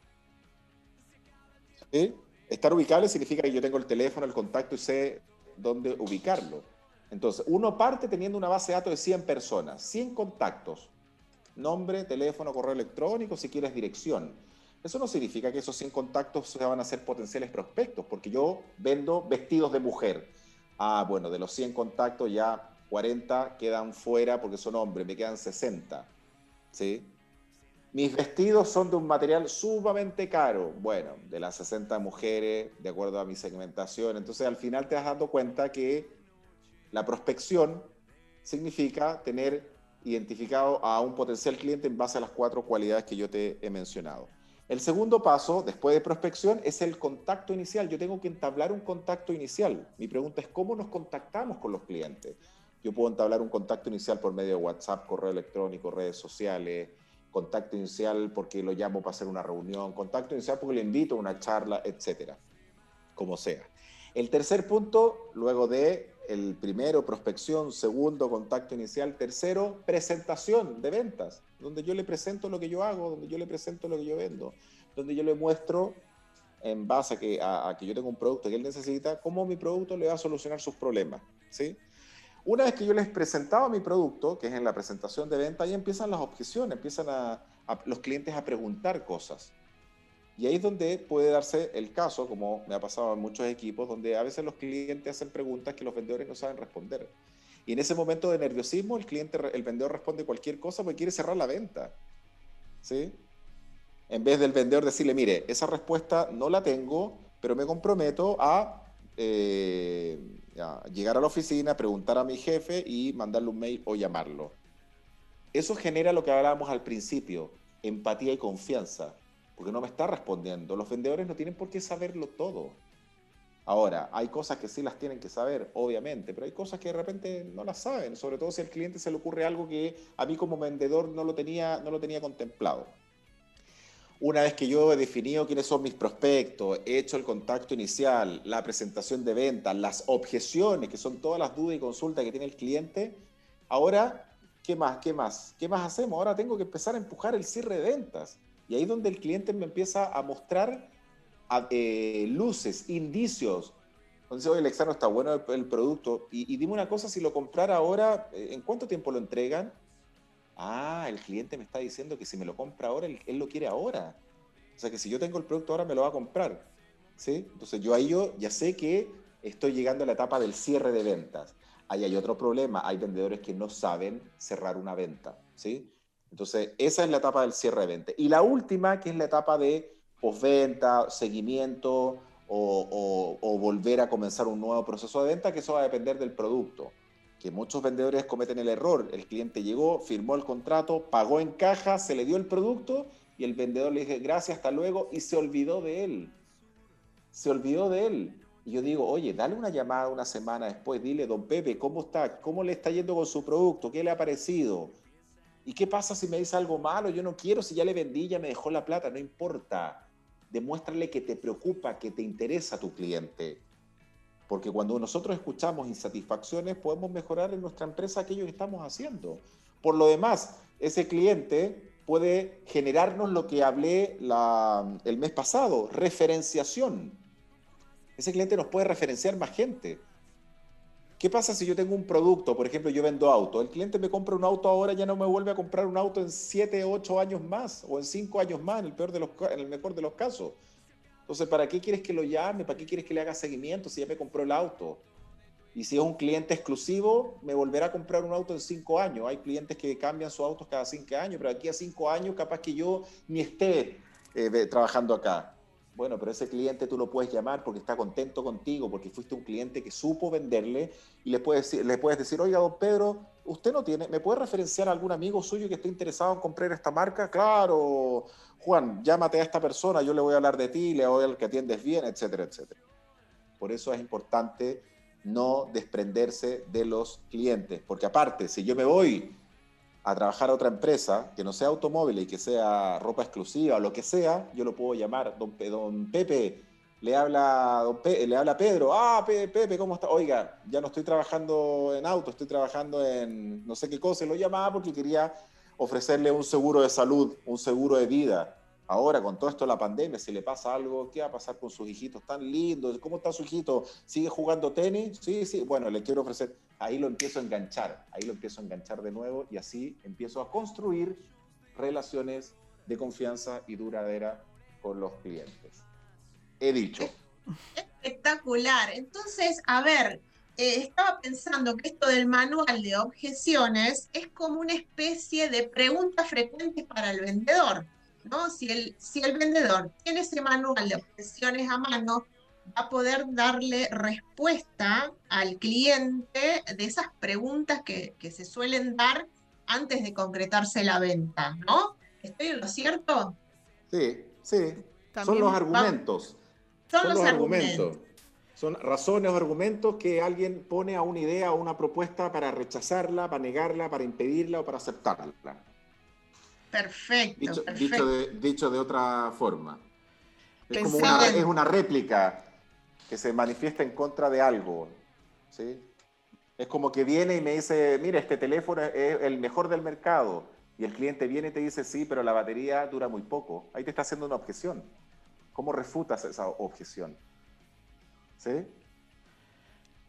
¿Sí? Estar ubicable significa que yo tengo el teléfono, el contacto y sé dónde ubicarlo. Entonces, uno parte teniendo una base de datos de cien personas, cien contactos. Nombre, teléfono, correo electrónico, si quieres dirección. Eso no significa que esos cien contactos se van a ser potenciales prospectos, porque yo vendo vestidos de mujer. Ah, bueno, de los cien contactos ya cuarenta quedan fuera porque son hombres, me quedan sesenta. ¿Sí? Mis vestidos son de un material sumamente caro. Bueno, de las sesenta mujeres, de acuerdo a mi segmentación. Entonces, al final te vas dando cuenta que la prospección significa tener identificado a un potencial cliente en base a las cuatro cualidades que yo te he mencionado. El segundo paso, después de prospección, es el contacto inicial. Yo tengo que entablar un contacto inicial. Mi pregunta es, ¿cómo nos contactamos con los clientes? Yo puedo entablar un contacto inicial por medio de WhatsApp, correo electrónico, redes sociales, contacto inicial porque lo llamo para hacer una reunión, contacto inicial porque le invito a una charla, etcétera, como sea. El tercer punto, luego de el primero, prospección, segundo, contacto inicial, tercero, presentación de ventas, donde yo le presento lo que yo hago, donde yo le presento lo que yo vendo, donde yo le muestro, en base a que, a, a que yo tengo un producto que él necesita, cómo mi producto le va a solucionar sus problemas, ¿sí? Una vez que yo les presentaba mi producto, que es en la presentación de venta, ahí empiezan las objeciones, empiezan a, a los clientes a preguntar cosas. Y ahí es donde puede darse el caso, como me ha pasado en muchos equipos, donde a veces los clientes hacen preguntas que los vendedores no saben responder. Y en ese momento de nerviosismo, el cliente, el vendedor responde cualquier cosa porque quiere cerrar la venta, ¿sí? En vez del vendedor decirle, mire, esa respuesta no la tengo, pero me comprometo a, eh, a llegar a la oficina, preguntar a mi jefe y mandarle un mail o llamarlo. Eso genera lo que hablábamos al principio, empatía y confianza, porque no me está respondiendo. Los vendedores no tienen por qué saberlo todo. Ahora, hay cosas que sí las tienen que saber, obviamente, pero hay cosas que de repente no las saben, sobre todo si al cliente se le ocurre algo que a mí como vendedor no lo tenía, no lo tenía contemplado. Una vez que yo he definido quiénes son mis prospectos, he hecho el contacto inicial, la presentación de ventas, las objeciones, que son todas las dudas y consultas que tiene el cliente, ahora, ¿qué más? ¿Qué más? ¿Qué más hacemos? Ahora tengo que empezar a empujar el cierre de ventas. Y ahí es donde el cliente me empieza a mostrar a, eh, luces, indicios. Entonces, oye, Alexandro, está bueno el, el producto. Y, y dime una cosa, si lo comprara ahora, ¿en cuánto tiempo lo entregan? Ah, el cliente me está diciendo que si me lo compra ahora, él, él lo quiere ahora. O sea, que si yo tengo el producto ahora, me lo va a comprar, ¿sí? Entonces, yo ahí yo ya sé que estoy llegando a la etapa del cierre de ventas. Ahí hay otro problema. Hay vendedores que no saben cerrar una venta, ¿sí? Entonces, esa es la etapa del cierre de venta. Y la última, que es la etapa de postventa, seguimiento o, o, o volver a comenzar un nuevo proceso de venta, que eso va a depender del producto. Que muchos vendedores cometen el error. El cliente llegó, firmó el contrato, pagó en caja, se le dio el producto y el vendedor le dice gracias, hasta luego, y se olvidó de él. Se olvidó de él. Y yo digo, oye, dale una llamada una semana después, dile, don Pepe, ¿cómo está? ¿Cómo le está yendo con su producto? ¿Qué le ha parecido? ¿Y qué pasa si me dice algo malo? Yo no quiero, si ya le vendí, ya me dejó la plata, no importa. Demuéstrale que te preocupa, que te interesa tu cliente. Porque cuando nosotros escuchamos insatisfacciones, podemos mejorar en nuestra empresa aquello que estamos haciendo. Por lo demás, ese cliente puede generarnos lo que hablé la, el mes pasado, referenciación. Ese cliente nos puede referenciar más gente. ¿Qué pasa si yo tengo un producto? Por ejemplo, yo vendo auto. El cliente me compra un auto ahora, ya no me vuelve a comprar un auto en siete, ocho años más o en cinco años más, en el, peor de los, en el mejor de los casos. Entonces, ¿para qué quieres que lo llame? ¿Para qué quieres que le haga seguimiento si ya me compró el auto? Y si es un cliente exclusivo, me volverá a comprar un auto en cinco años. Hay clientes que cambian sus autos cada cinco años, pero aquí a cinco años capaz que yo ni esté eh, trabajando acá. Bueno, pero ese cliente tú lo puedes llamar porque está contento contigo, porque fuiste un cliente que supo venderle y le puedes decir, le puedes decir, oiga, don Pedro, usted no tiene, ¿me puede referenciar a algún amigo suyo que esté interesado en comprar esta marca? Claro, Juan, llámate a esta persona, yo le voy a hablar de ti, le voy a hablar que atiendes bien, etcétera, etcétera. Por eso es importante no desprenderse de los clientes, porque aparte, si yo me voy a trabajar a otra empresa que no sea automóvil y que sea ropa exclusiva o lo que sea, yo lo puedo llamar, don, don Pepe, le habla, don Pe, le habla Pedro, ah, Pe, Pepe, ¿cómo está? Oiga, ya no estoy trabajando en auto, estoy trabajando en no sé qué cosa, y lo llamaba porque quería ofrecerle un seguro de salud, un seguro de vida. Ahora, con todo esto de la pandemia, si le pasa algo, ¿qué va a pasar con sus hijitos tan lindos? ¿Cómo está su hijito? ¿Sigue jugando tenis? Sí, sí. Bueno, le quiero ofrecer. Ahí lo empiezo a enganchar. Ahí lo empiezo a enganchar de nuevo y así empiezo a construir relaciones de confianza y duradera con los clientes. He dicho. Espectacular. Entonces, a ver, eh, estaba pensando que esto del manual de objeciones es como una especie de preguntas frecuentes para el vendedor, ¿no? Si el, si el vendedor tiene ese manual de objeciones a mano, va a poder darle respuesta al cliente de esas preguntas que, que se suelen dar antes de concretarse la venta, ¿no? ¿Estoy en lo cierto? Sí, sí. También Son los va- argumentos. Son, Son los, los argumentos. argumentos. Son razones o argumentos que alguien pone a una idea o una propuesta para rechazarla, para negarla, para impedirla o para aceptarla. Perfecto, Dicho, perfecto. dicho, de, dicho de otra forma. Es como Pensaba- una, es una réplica que se manifiesta en contra de algo, ¿sí? Es como que viene y me dice, mira, este teléfono es el mejor del mercado. Y el cliente viene y te dice, sí, pero la batería dura muy poco. Ahí te está haciendo una objeción. ¿Cómo refutas esa objeción? ¿Sí?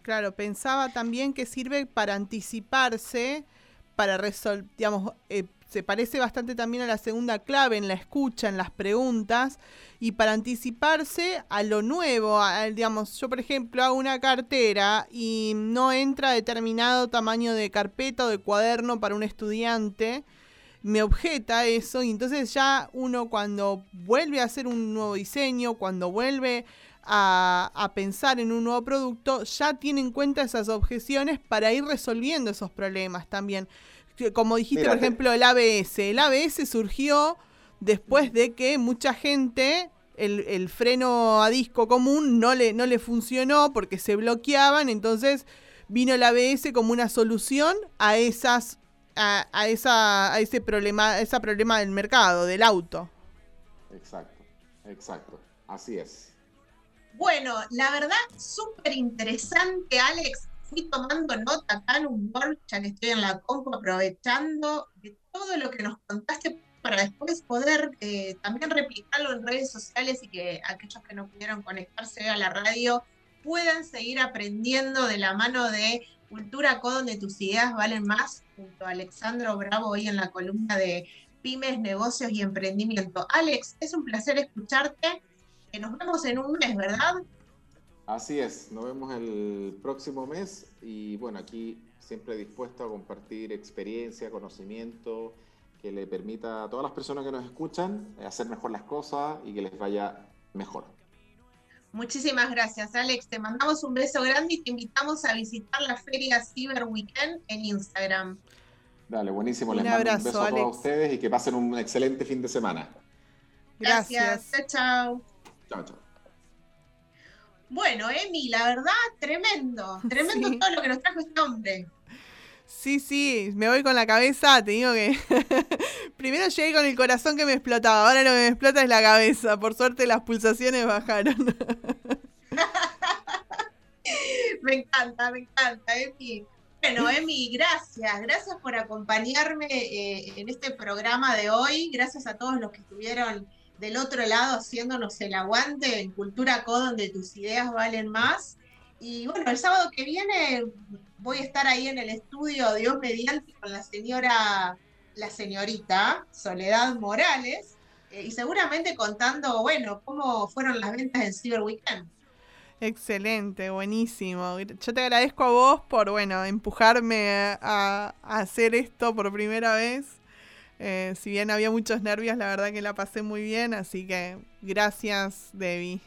Claro, pensaba también que sirve para anticiparse, para resolver, digamos, eh, se parece bastante también a la segunda clave, en la escucha, en las preguntas, y para anticiparse a lo nuevo, a, digamos, yo por ejemplo hago una cartera y no entra determinado tamaño de carpeta o de cuaderno para un estudiante, me objeta eso, y entonces ya uno cuando vuelve a hacer un nuevo diseño, cuando vuelve a, a pensar en un nuevo producto, ya tiene en cuenta esas objeciones para ir resolviendo esos problemas también. Como dijiste, Mira, por ejemplo, el A B S. El A B S surgió después de que mucha gente, el, el freno a disco común no le, no le funcionó porque se bloqueaban, entonces vino el A B S como una solución a esas a, a esa a ese problema, a ese problema del mercado, del auto. Exacto, exacto, así es. Bueno, la verdad, súper interesante, Alex. Fui tomando nota acá en un Word, ya que estoy en la compu, aprovechando de todo lo que nos contaste para después poder eh, también replicarlo en redes sociales y que aquellos que no pudieron conectarse a la radio puedan seguir aprendiendo de la mano de Cultura Co, donde tus ideas valen más, junto a Alexandro Bravo hoy en la columna de Pymes, Negocios y Emprendimiento. Alex, es un placer escucharte. Que nos vemos en un mes, ¿verdad? Así es, nos vemos el próximo mes y bueno, aquí siempre dispuesto a compartir experiencia, conocimiento que le permita a todas las personas que nos escuchan hacer mejor las cosas y que les vaya mejor. Muchísimas gracias, Alex. Te mandamos un beso grande y te invitamos a visitar la Feria Cyber Weekend en Instagram. Dale, buenísimo. Un les abrazo, mando un beso a Alex. todos ustedes y que pasen un excelente fin de semana. Gracias. Gracias. Chao, chao. Chao, chao. Bueno, Emi, la verdad, tremendo. Tremendo Sí. todo lo que nos trajo este hombre. Sí, sí, me voy con la cabeza, te digo que primero llegué con el corazón que me explotaba, ahora lo que me explota es la cabeza, por suerte las pulsaciones bajaron. Me encanta, me encanta, Emi. Bueno, Emi, gracias, gracias por acompañarme eh, en este programa de hoy, gracias a todos los que estuvieron del otro lado haciéndonos el aguante en Cultura Co, donde tus ideas valen más. Y bueno, el sábado que viene voy a estar ahí en el estudio, Dios mediante, con la señora, la señorita Soledad Morales, eh, y seguramente contando, bueno, cómo fueron las ventas en Cyber Weekend. Excelente, buenísimo. Yo te agradezco a vos por, bueno, empujarme a, a hacer esto por primera vez. Eh, si bien había muchos nervios, la verdad que la pasé muy bien, así que gracias, Debbie.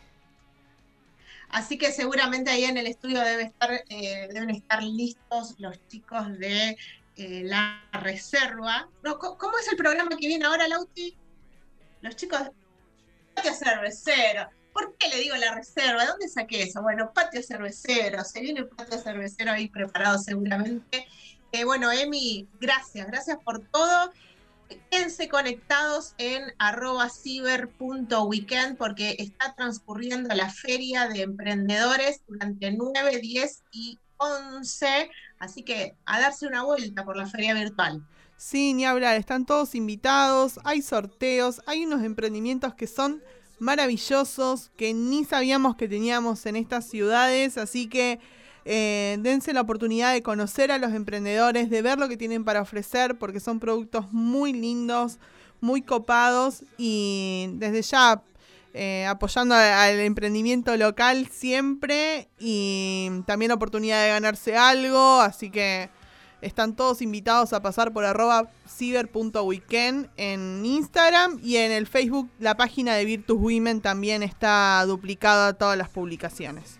Así que seguramente ahí en el estudio debe estar, eh, deben estar listos los chicos de eh, La Reserva. No, ¿cómo es el programa que viene ahora, Lauti? Los chicos de Patio Cervecero. ¿Por qué le digo La Reserva? ¿De dónde saqué eso? Bueno, Patio Cervecero. Se viene el Patio Cervecero ahí preparado seguramente. Eh, bueno, Emi, gracias. Gracias por todo. Quédense conectados en arroba ciber punto weekend porque está transcurriendo la feria de emprendedores durante nueve, diez y once, así que a darse una vuelta por la feria virtual. Sí, ni hablar, están todos invitados, hay sorteos, hay unos emprendimientos que son maravillosos, que ni sabíamos que teníamos en estas ciudades, así que Eh, dense la oportunidad de conocer a los emprendedores, de ver lo que tienen para ofrecer, porque son productos muy lindos, muy copados y desde ya eh, apoyando a, al emprendimiento local siempre y también la oportunidad de ganarse algo, así que están todos invitados a pasar por arroba ciber punto weekend en Instagram y en el Facebook la página de Virtus Women también está duplicada todas las publicaciones.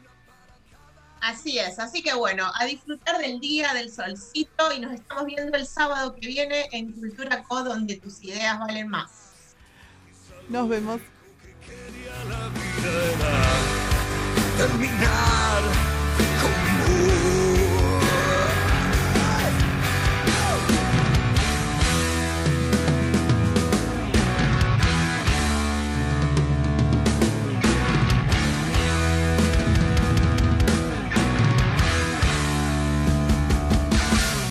Así es, así que bueno, a disfrutar del día, del solcito y nos estamos viendo el sábado que viene en Cultura Co, donde tus ideas valen más. Nos vemos. Terminar.